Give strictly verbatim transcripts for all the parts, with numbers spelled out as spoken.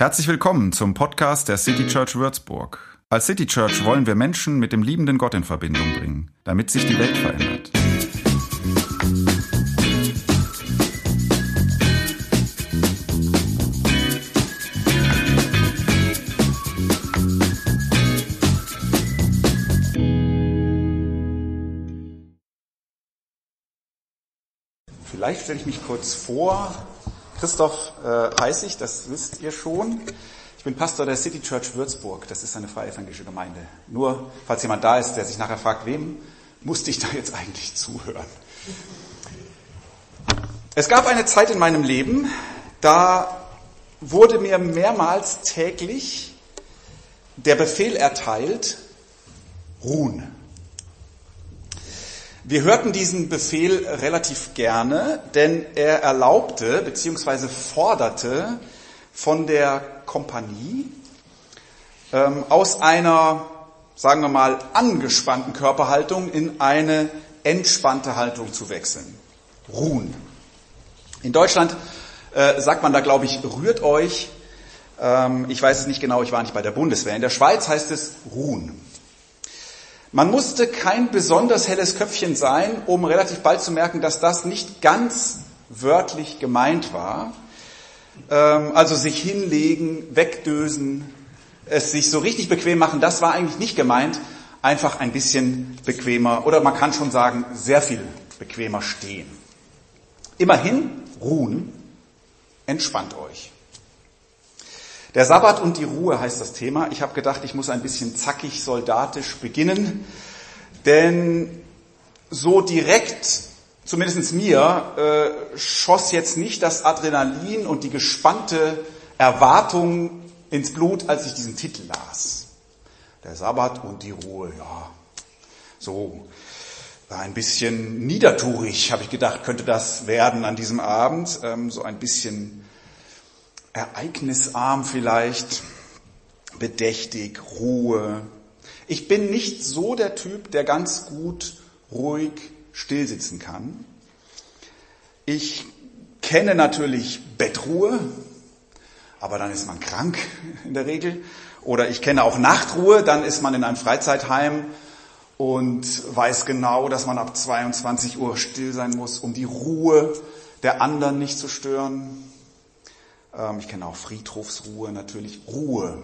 Herzlich willkommen zum Podcast der City Church Würzburg. Als City Church wollen wir Menschen mit dem liebenden Gott in Verbindung bringen, damit sich die Welt verändert. Vielleicht stelle ich mich kurz vor. Christoph äh, heiße ich, das wisst ihr schon. Ich bin Pastor der City Church Würzburg. Das ist eine freie evangelische Gemeinde. Nur, falls jemand da ist, der sich nachher fragt, wem musste ich da jetzt eigentlich zuhören? Es gab eine Zeit in meinem Leben, da wurde mir mehrmals täglich der Befehl erteilt, ruhen. Wir hörten diesen Befehl relativ gerne, denn er erlaubte bzw. forderte von der Kompanie ähm, aus einer, sagen wir mal, angespannten Körperhaltung in eine entspannte Haltung zu wechseln. Ruhen. In Deutschland äh, sagt man da, glaube ich, rührt euch. Ähm, ich weiß es nicht genau, ich war nicht bei der Bundeswehr. In der Schweiz heißt es ruhen. Man musste kein besonders helles Köpfchen sein, um relativ bald zu merken, dass das nicht ganz wörtlich gemeint war. Also sich hinlegen, wegdösen, es sich so richtig bequem machen, das war eigentlich nicht gemeint. Einfach ein bisschen bequemer oder man kann schon sagen, sehr viel bequemer stehen. Immerhin, ruhen, entspannt euch. Der Sabbat und die Ruhe heißt das Thema. Ich habe gedacht, ich muss ein bisschen zackig, soldatisch beginnen, denn so direkt, zumindest mir, äh, schoss jetzt nicht das Adrenalin und die gespannte Erwartung ins Blut, als ich diesen Titel las. Der Sabbat und die Ruhe, ja, so ein bisschen niedertourig, habe ich gedacht, könnte das werden an diesem Abend, ähm, so ein bisschen ereignisarm vielleicht, bedächtig, Ruhe. Ich bin nicht so der Typ, der ganz gut, ruhig, stillsitzen kann. Ich kenne natürlich Bettruhe, aber dann ist man krank in der Regel. Oder ich kenne auch Nachtruhe, dann ist man in einem Freizeitheim und weiß genau, dass man ab zweiundzwanzig Uhr still sein muss, um die Ruhe der anderen nicht zu stören. Ich kenne auch Friedhofsruhe, natürlich Ruhe.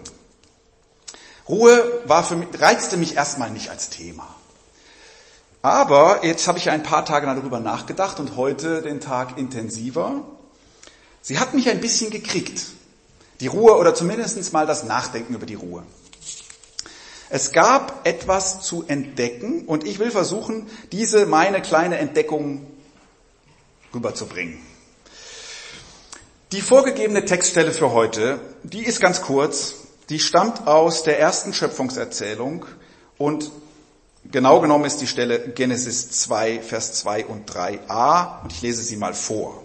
Ruhe war für mich, reizte mich erstmal nicht als Thema. Aber jetzt habe ich ein paar Tage darüber nachgedacht und heute den Tag intensiver. Sie hat mich ein bisschen gekriegt, die Ruhe oder zumindest mal das Nachdenken über die Ruhe. Es gab etwas zu entdecken und ich will versuchen, diese meine kleine Entdeckung rüberzubringen. Die vorgegebene Textstelle für heute, die ist ganz kurz, die stammt aus der ersten Schöpfungserzählung und genau genommen ist die Stelle Genesis zwei, Vers zwei und drei a und ich lese sie mal vor.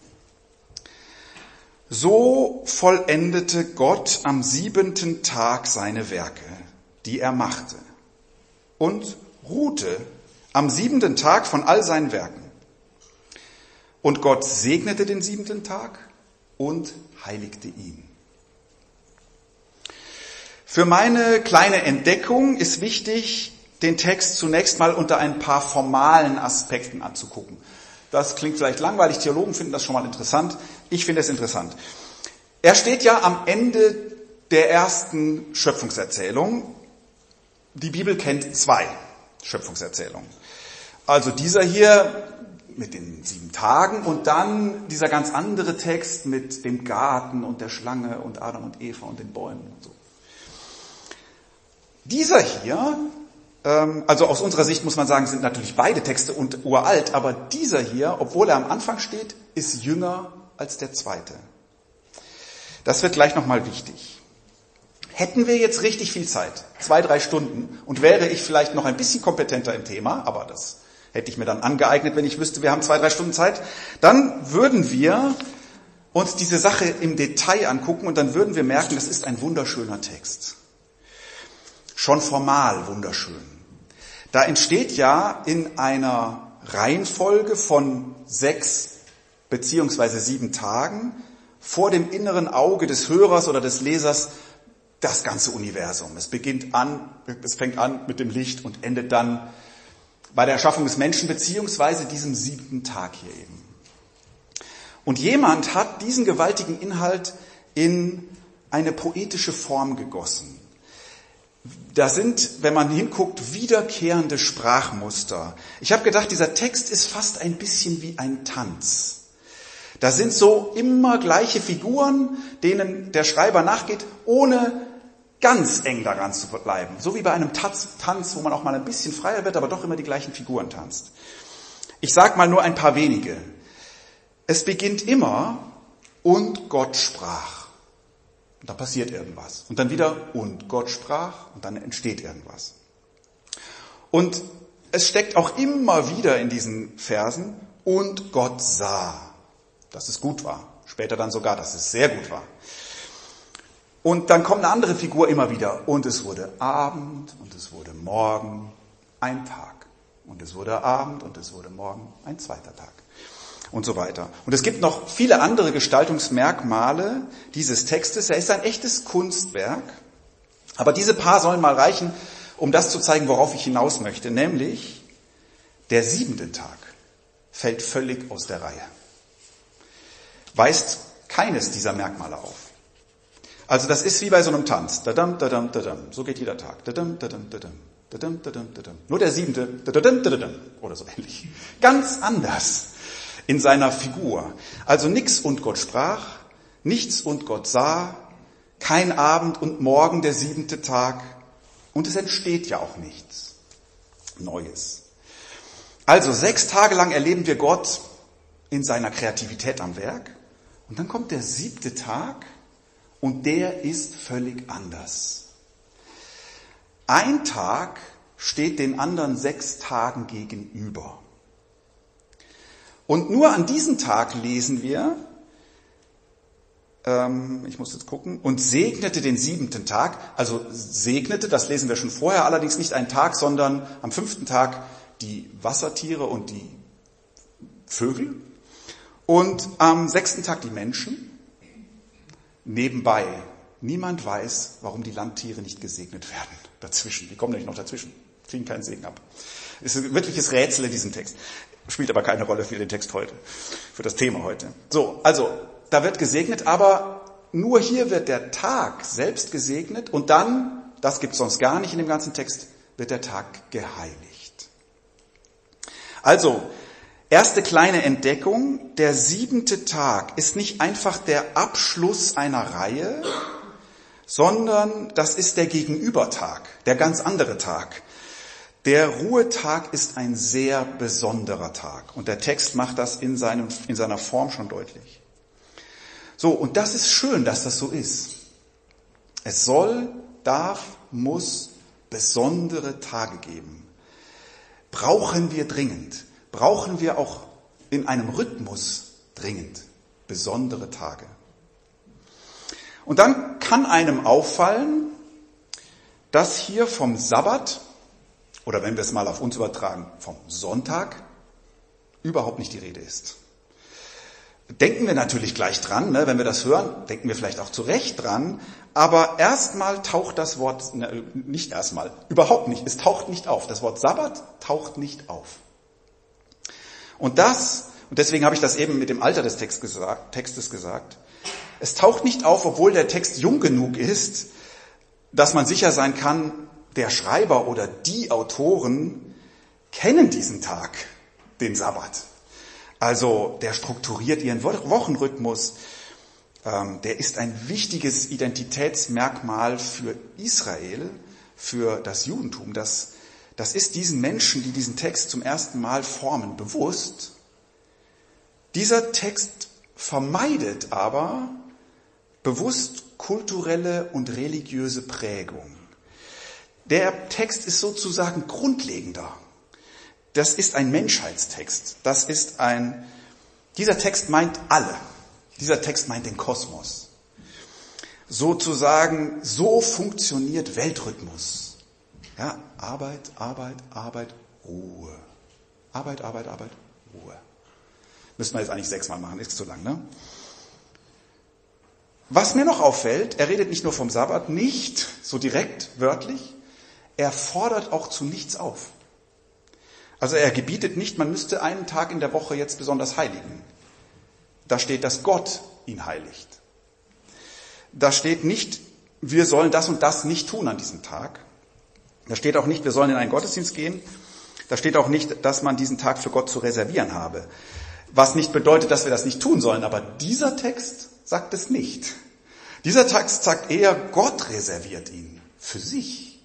So vollendete Gott am siebenten Tag seine Werke, die er machte, und ruhte am siebenten Tag von all seinen Werken. Und Gott segnete den siebenten Tag und heiligte ihn. Für meine kleine Entdeckung ist wichtig, den Text zunächst mal unter ein paar formalen Aspekten anzugucken. Das klingt vielleicht langweilig, Theologen finden das schon mal interessant. Ich finde es interessant. Er steht ja am Ende der ersten Schöpfungserzählung. Die Bibel kennt zwei Schöpfungserzählungen. Also dieser hier mit den sieben Tagen und dann dieser ganz andere Text mit dem Garten und der Schlange und Adam und Eva und den Bäumen und so. Dieser hier, ähm, also aus unserer Sicht muss man sagen, sind natürlich beide Texte und uralt, aber dieser hier, obwohl er am Anfang steht, ist jünger als der zweite. Das wird gleich nochmal wichtig. Hätten wir jetzt richtig viel Zeit, zwei, drei Stunden, und wäre ich vielleicht noch ein bisschen kompetenter im Thema, aber das hätte ich mir dann angeeignet, wenn ich wüsste, wir haben zwei, drei Stunden Zeit, dann würden wir uns diese Sache im Detail angucken und dann würden wir merken, das ist ein wunderschöner Text. Schon formal wunderschön. Da entsteht ja in einer Reihenfolge von sechs beziehungsweise sieben Tagen vor dem inneren Auge des Hörers oder des Lesers das ganze Universum. Es beginnt an, es fängt an mit dem Licht und endet dann bei der Erschaffung des Menschen beziehungsweise diesem siebten Tag hier eben. Und jemand hat diesen gewaltigen Inhalt in eine poetische Form gegossen. Da sind, wenn man hinguckt, wiederkehrende Sprachmuster. Ich habe gedacht, dieser Text ist fast ein bisschen wie ein Tanz. Da sind so immer gleiche Figuren, denen der Schreiber nachgeht, ohne ganz eng daran zu bleiben. So wie bei einem Tanz, wo man auch mal ein bisschen freier wird, aber doch immer die gleichen Figuren tanzt. Ich sage mal nur ein paar wenige. Es beginnt immer, und Gott sprach. Und da passiert irgendwas. Und dann wieder, und Gott sprach, und dann entsteht irgendwas. Und es steckt auch immer wieder in diesen Versen, und Gott sah, dass es gut war. Später dann sogar, dass es sehr gut war. Und dann kommt eine andere Figur immer wieder. Und es wurde Abend, und es wurde Morgen, ein Tag. Und es wurde Abend, und es wurde Morgen, ein zweiter Tag. Und so weiter. Und es gibt noch viele andere Gestaltungsmerkmale dieses Textes. Er ist ein echtes Kunstwerk. Aber diese paar sollen mal reichen, um das zu zeigen, worauf ich hinaus möchte. Nämlich, der siebente Tag fällt völlig aus der Reihe. Weist keines dieser Merkmale auf. Also das ist wie bei so einem Tanz. Dadam, dadam, dadam. So geht jeder Tag. Dadam, dadam, dadam. Dadam, dadam, dadam. Nur der siebente. Dadam, dadam. Oder so ähnlich. Ganz anders in seiner Figur. Also nix und Gott sprach, nichts und Gott sah, kein Abend und Morgen der siebente Tag. Und es entsteht ja auch nichts Neues. Also sechs Tage lang erleben wir Gott in seiner Kreativität am Werk. Und dann kommt der siebte Tag. Und der ist völlig anders. Ein Tag steht den anderen sechs Tagen gegenüber. Und nur an diesem Tag lesen wir, ähm, ich muss jetzt gucken, und segnete den siebenten Tag. Also segnete, das lesen wir schon vorher, allerdings nicht einen Tag, sondern am fünften Tag die Wassertiere und die Vögel. Und am sechsten Tag die Menschen. Nebenbei, niemand weiß, warum die Landtiere nicht gesegnet werden. Dazwischen, die kommen nämlich noch dazwischen, kriegen keinen Segen ab. Es ist ein wirkliches Rätsel in diesem Text. Spielt aber keine Rolle für den Text heute, für das Thema heute. So, also, da wird gesegnet, aber nur hier wird der Tag selbst gesegnet und dann, das gibt's sonst gar nicht in dem ganzen Text, wird der Tag geheiligt. Also, erste kleine Entdeckung, der siebente Tag ist nicht einfach der Abschluss einer Reihe, sondern das ist der Gegenübertag, der ganz andere Tag. Der Ruhetag ist ein sehr besonderer Tag und der Text macht das in, seinem, in seiner Form schon deutlich. So, und das ist schön, dass das so ist. Es soll, darf, muss besondere Tage geben. Brauchen wir dringend. Brauchen wir auch in einem Rhythmus dringend besondere Tage. Und dann kann einem auffallen, dass hier vom Sabbat, oder wenn wir es mal auf uns übertragen, vom Sonntag, überhaupt nicht die Rede ist. Denken wir natürlich gleich dran, ne? Wenn wir das hören, denken wir vielleicht auch zu Recht dran, aber erstmal taucht das Wort, ne, nicht erstmal, überhaupt nicht, es taucht nicht auf. Das Wort Sabbat taucht nicht auf. Und das, und deswegen habe ich das eben mit dem Alter des Text gesagt, Textes gesagt, es taucht nicht auf, obwohl der Text jung genug ist, dass man sicher sein kann, der Schreiber oder die Autoren kennen diesen Tag, den Sabbat. Also der strukturiert ihren Wochenrhythmus, ähm, der ist ein wichtiges Identitätsmerkmal für Israel, für das Judentum. Das, das ist diesen Menschen, die diesen Text zum ersten Mal formen, bewusst. Dieser Text vermeidet aber bewusst kulturelle und religiöse Prägung. Der Text ist sozusagen grundlegender. Das ist ein Menschheitstext. Das ist ein, dieser Text meint alle. Dieser Text meint den Kosmos. Sozusagen, so funktioniert Weltrhythmus. Ja, Arbeit, Arbeit, Arbeit, Ruhe. Arbeit, Arbeit, Arbeit, Ruhe. Müssen wir jetzt eigentlich sechsmal machen, ist zu lang, ne? Was mir noch auffällt, er redet nicht nur vom Sabbat, nicht so direkt, wörtlich, er fordert auch zu nichts auf. Also er gebietet nicht, man müsste einen Tag in der Woche jetzt besonders heiligen. Da steht, dass Gott ihn heiligt. Da steht nicht, wir sollen das und das nicht tun an diesem Tag. Da steht auch nicht, wir sollen in einen Gottesdienst gehen. Da steht auch nicht, dass man diesen Tag für Gott zu reservieren habe. Was nicht bedeutet, dass wir das nicht tun sollen. Aber dieser Text sagt es nicht. Dieser Text sagt eher, Gott reserviert ihn für sich.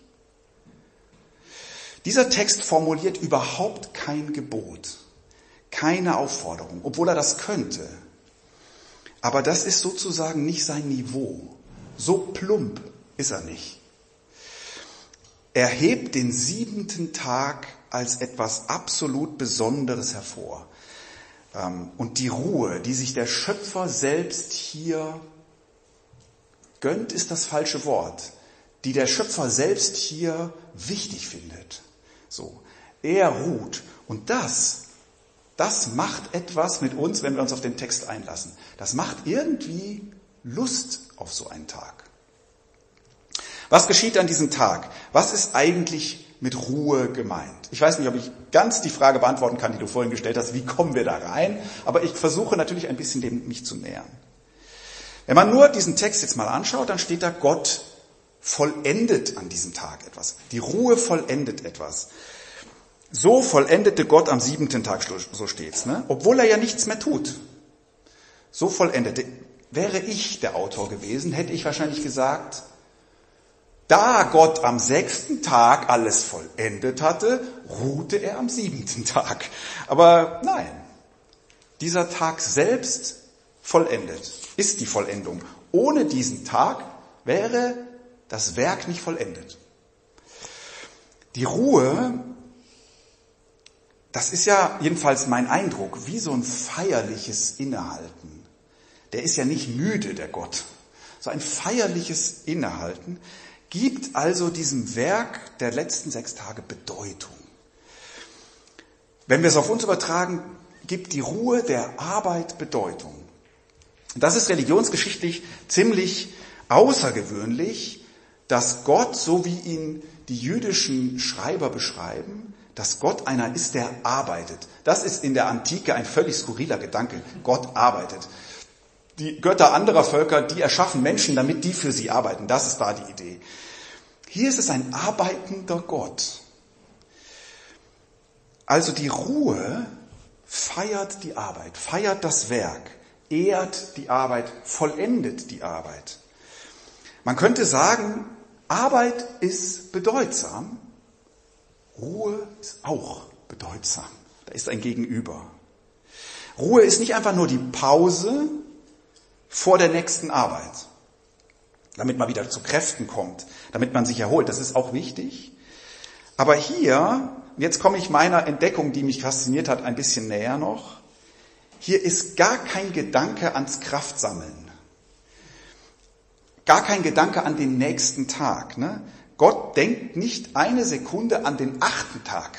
Dieser Text formuliert überhaupt kein Gebot, keine Aufforderung, obwohl er das könnte. Aber das ist sozusagen nicht sein Niveau. So plump ist er nicht. Er hebt den siebenten Tag als etwas absolut Besonderes hervor. Und die Ruhe, die sich der Schöpfer selbst hier gönnt, ist das falsche Wort, die der Schöpfer selbst hier wichtig findet. So, er ruht. Und das, das macht etwas mit uns, wenn wir uns auf den Text einlassen. Das macht irgendwie Lust auf so einen Tag. Was geschieht an diesem Tag? Was ist eigentlich mit Ruhe gemeint? Ich weiß nicht, ob ich ganz die Frage beantworten kann, die du vorhin gestellt hast, wie kommen wir da rein? Aber ich versuche natürlich ein bisschen dem mich zu nähern. Wenn man nur diesen Text jetzt mal anschaut, dann steht da, Gott vollendet an diesem Tag etwas. Die Ruhe vollendet etwas. So vollendete Gott am siebenten Tag, so steht's, ne? Obwohl er ja nichts mehr tut. So vollendete. Wäre ich der Autor gewesen, hätte ich wahrscheinlich gesagt, da Gott am sechsten Tag alles vollendet hatte, ruhte er am siebenten Tag. Aber nein, dieser Tag selbst vollendet, ist die Vollendung. Ohne diesen Tag wäre das Werk nicht vollendet. Die Ruhe, das ist ja jedenfalls mein Eindruck, wie so ein feierliches Innehalten. Der ist ja nicht müde, der Gott. So ein feierliches Innehalten gibt also diesem Werk der letzten sechs Tage Bedeutung. Wenn wir es auf uns übertragen, gibt die Ruhe der Arbeit Bedeutung. Das ist religionsgeschichtlich ziemlich außergewöhnlich, dass Gott, so wie ihn die jüdischen Schreiber beschreiben, dass Gott einer ist, der arbeitet. Das ist in der Antike ein völlig skurriler Gedanke. Gott arbeitet. Die Götter anderer Völker, die erschaffen Menschen, damit die für sie arbeiten. Das ist da die Idee. Hier ist es ein arbeitender Gott. Also die Ruhe feiert die Arbeit, feiert das Werk, ehrt die Arbeit, vollendet die Arbeit. Man könnte sagen, Arbeit ist bedeutsam, Ruhe ist auch bedeutsam. Da ist ein Gegenüber. Ruhe ist nicht einfach nur die Pause vor der nächsten Arbeit, damit man wieder zu Kräften kommt, damit man sich erholt. Das ist auch wichtig. Aber hier, jetzt komme ich meiner Entdeckung, die mich fasziniert hat, ein bisschen näher noch. Hier ist gar kein Gedanke ans Kraftsammeln. Gar kein Gedanke an den nächsten Tag. Ne? Gott denkt nicht eine Sekunde an den achten Tag.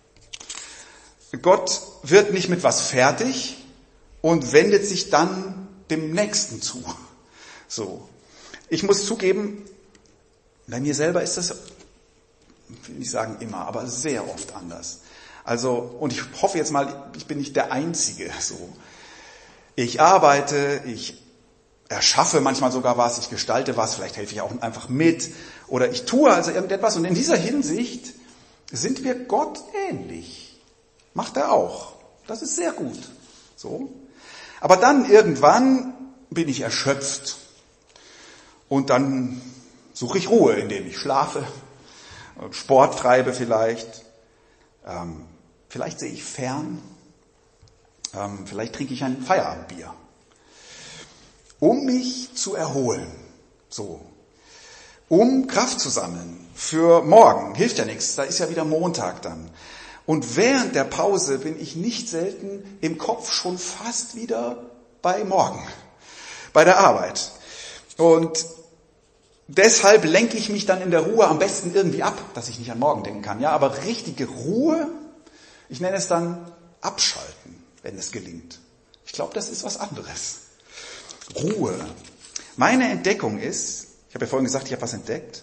Gott wird nicht mit was fertig und wendet sich dann dem Nächsten zu. So. Ich muss zugeben, bei mir selber ist das, ich will nicht sagen immer, aber sehr oft anders. Also, und ich hoffe jetzt mal, ich bin nicht der Einzige, so. Ich arbeite, ich erschaffe manchmal sogar was, ich gestalte was, vielleicht helfe ich auch einfach mit, oder ich tue also irgendetwas, und in dieser Hinsicht sind wir Gott ähnlich. Macht er auch. Das ist sehr gut. So. Aber dann irgendwann bin ich erschöpft. Und dann suche ich Ruhe, indem ich schlafe, Sport treibe vielleicht, ähm, vielleicht sehe ich fern, ähm, vielleicht trinke ich ein Feierabendbier, um mich zu erholen, so, um Kraft zu sammeln für morgen. Hilft ja nichts, da ist ja wieder Montag dann. Und während der Pause bin ich nicht selten im Kopf schon fast wieder bei morgen, bei der Arbeit. Und deshalb lenke ich mich dann in der Ruhe am besten irgendwie ab, dass ich nicht an morgen denken kann. Ja, aber richtige Ruhe, ich nenne es dann abschalten, wenn es gelingt. Ich glaube, das ist was anderes. Ruhe. Meine Entdeckung ist, ich habe ja vorhin gesagt, ich habe was entdeckt,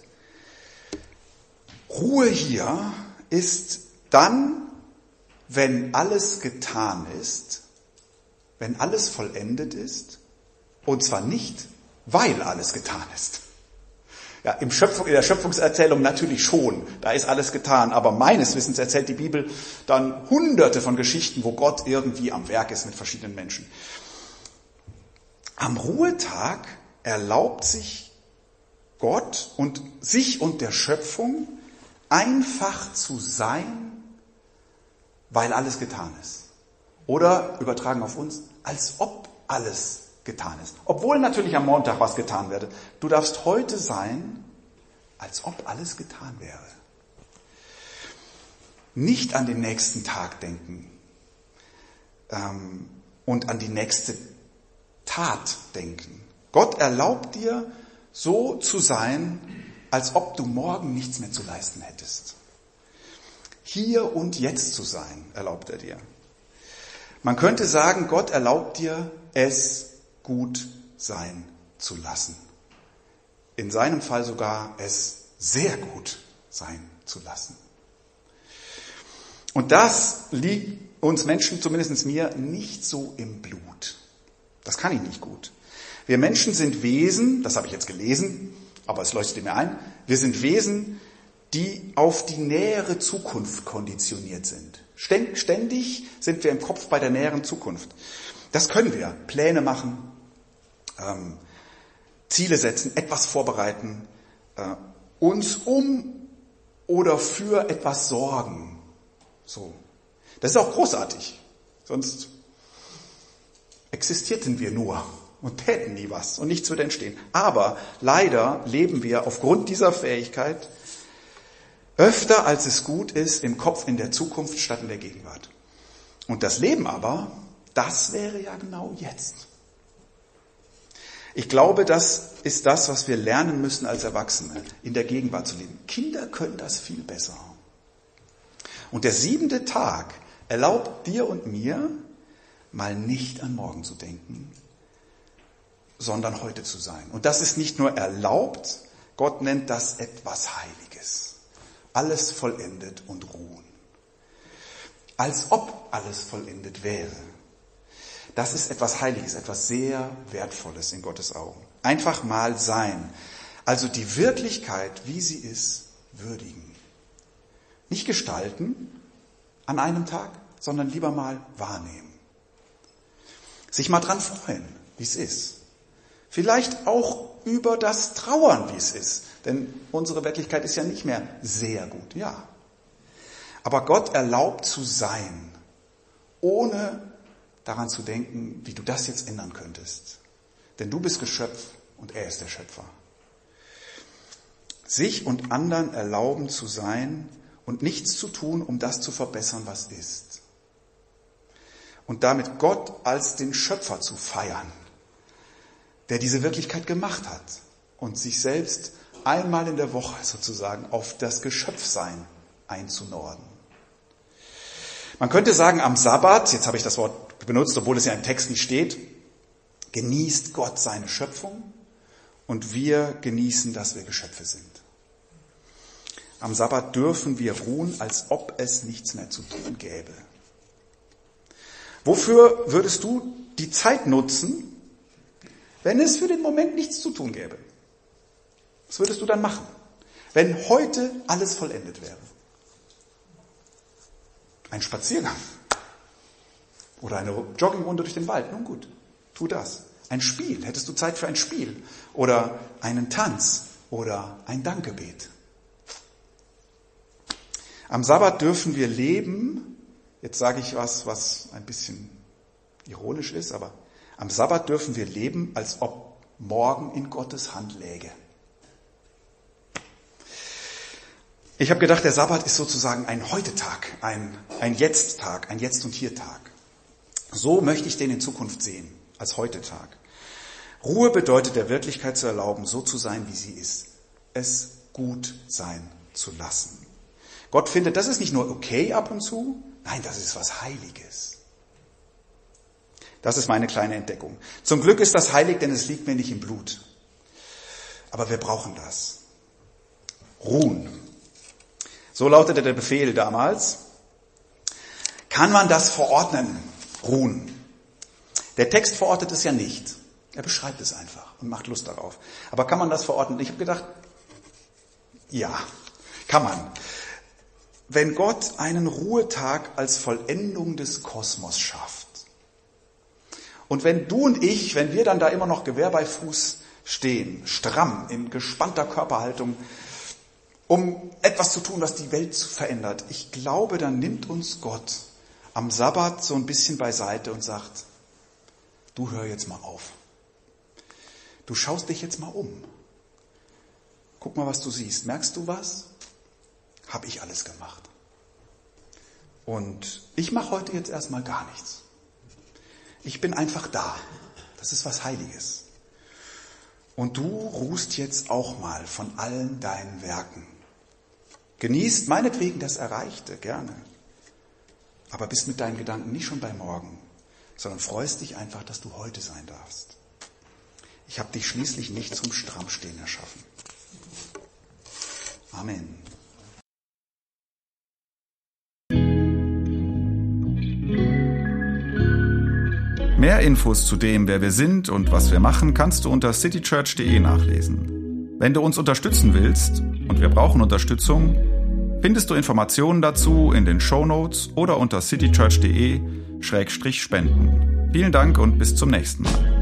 Ruhe hier ist dann, wenn alles getan ist, wenn alles vollendet ist, und zwar nicht, weil alles getan ist. Ja, im Schöpfung, in der Schöpfungserzählung natürlich schon, da ist alles getan, aber meines Wissens erzählt die Bibel dann hunderte von Geschichten, wo Gott irgendwie am Werk ist mit verschiedenen Menschen. Am Ruhetag erlaubt sich Gott und sich und der Schöpfung einfach zu sein, weil alles getan ist. Oder übertragen auf uns, als ob alles getan ist. Obwohl natürlich am Montag was getan werde. Du darfst heute sein, als ob alles getan wäre. Nicht an den nächsten Tag denken ähm, und an die nächste Tat denken. Gott erlaubt dir, so zu sein, als ob du morgen nichts mehr zu leisten hättest. Hier und jetzt zu sein, erlaubt er dir. Man könnte sagen, Gott erlaubt dir, es gut sein zu lassen. In seinem Fall sogar es sehr gut sein zu lassen. Und das liegt uns Menschen, zumindest mir, nicht so im Blut. Das kann ich nicht gut. Wir Menschen sind Wesen, das habe ich jetzt gelesen, aber es leuchtet mir ein, wir sind Wesen, die auf die nähere Zukunft konditioniert sind. Ständig sind wir im Kopf bei der näheren Zukunft. Das können wir. Pläne machen, ähm, Ziele setzen, etwas vorbereiten, äh, uns um oder für etwas sorgen. So. Das ist auch großartig. Sonst existierten wir nur und täten nie was und nichts würde entstehen. Aber leider leben wir aufgrund dieser Fähigkeit öfter, als es gut ist, im Kopf in der Zukunft statt in der Gegenwart. Und das Leben aber, das wäre ja genau jetzt. Ich glaube, das ist das, was wir lernen müssen als Erwachsene, in der Gegenwart zu leben. Kinder können das viel besser. Und der siebente Tag erlaubt dir und mir, mal nicht an morgen zu denken, sondern heute zu sein. Und das ist nicht nur erlaubt, Gott nennt das etwas Heiliges. Alles vollendet und ruhen. Als ob alles vollendet wäre. Das ist etwas Heiliges, etwas sehr Wertvolles in Gottes Augen. Einfach mal sein. Also die Wirklichkeit, wie sie ist, würdigen. Nicht gestalten an einem Tag, sondern lieber mal wahrnehmen. Sich mal dran freuen, wie es ist. Vielleicht auch über das Trauern, wie es ist. Denn unsere Wirklichkeit ist ja nicht mehr sehr gut, ja. Aber Gott erlaubt zu sein, ohne daran zu denken, wie du das jetzt ändern könntest. Denn du bist Geschöpf und er ist der Schöpfer. Sich und anderen erlauben zu sein und nichts zu tun, um das zu verbessern, was ist. Und damit Gott als den Schöpfer zu feiern, der diese Wirklichkeit gemacht hat und sich selbst einmal in der Woche sozusagen auf das Geschöpfsein einzunorden. Man könnte sagen, am Sabbat, jetzt habe ich das Wort benutzt, obwohl es ja im Text nicht steht, genießt Gott seine Schöpfung und wir genießen, dass wir Geschöpfe sind. Am Sabbat dürfen wir ruhen, als ob es nichts mehr zu tun gäbe. Wofür würdest du die Zeit nutzen, wenn es für den Moment nichts zu tun gäbe? Was würdest du dann machen, wenn heute alles vollendet wäre? Ein Spaziergang oder eine Joggingrunde durch den Wald, nun gut, tu das. Ein Spiel, hättest du Zeit für ein Spiel oder einen Tanz oder ein Dankgebet. Am Sabbat dürfen wir leben, jetzt sage ich was, was ein bisschen ironisch ist, aber am Sabbat dürfen wir leben, als ob morgen in Gottes Hand läge. Ich habe gedacht, der Sabbat ist sozusagen ein Heute-Tag, ein, ein Jetzt-Tag, ein Jetzt- und Hier-Tag. So möchte ich den in Zukunft sehen, als Heute-Tag. Ruhe bedeutet, der Wirklichkeit zu erlauben, so zu sein, wie sie ist. Es gut sein zu lassen. Gott findet, das ist nicht nur okay ab und zu, nein, das ist was Heiliges. Das ist meine kleine Entdeckung. Zum Glück ist das heilig, denn es liegt mir nicht im Blut. Aber wir brauchen das. Ruhen. So lautete der Befehl damals. Kann man das verordnen? Ruhen. Der Text verortet es ja nicht. Er beschreibt es einfach und macht Lust darauf. Aber kann man das verordnen? Ich habe gedacht, ja, kann man. Wenn Gott einen Ruhetag als Vollendung des Kosmos schafft und wenn du und ich, wenn wir dann da immer noch Gewehr bei Fuß stehen, stramm, in gespannter Körperhaltung, um etwas zu tun, was die Welt verändert, ich glaube, dann nimmt uns Gott am Sabbat so ein bisschen beiseite und sagt, du hör jetzt mal auf. Du schaust dich jetzt mal um. Guck mal, was du siehst. Merkst du was? Hab ich alles gemacht. Und ich mache heute jetzt erstmal gar nichts. Ich bin einfach da. Das ist was Heiliges. Und du ruhst jetzt auch mal von allen deinen Werken. Genießt meinetwegen das Erreichte, gerne. Aber bist mit deinen Gedanken nicht schon bei morgen, sondern freust dich einfach, dass du heute sein darfst. Ich habe dich schließlich nicht zum Strammstehen erschaffen. Amen. Mehr Infos zu dem, wer wir sind und was wir machen, kannst du unter citychurch punkt de nachlesen. Wenn du uns unterstützen willst, und wir brauchen Unterstützung, findest du Informationen dazu in den Shownotes oder unter citychurch punkt de Schrägstrich spenden. Vielen Dank und bis zum nächsten Mal.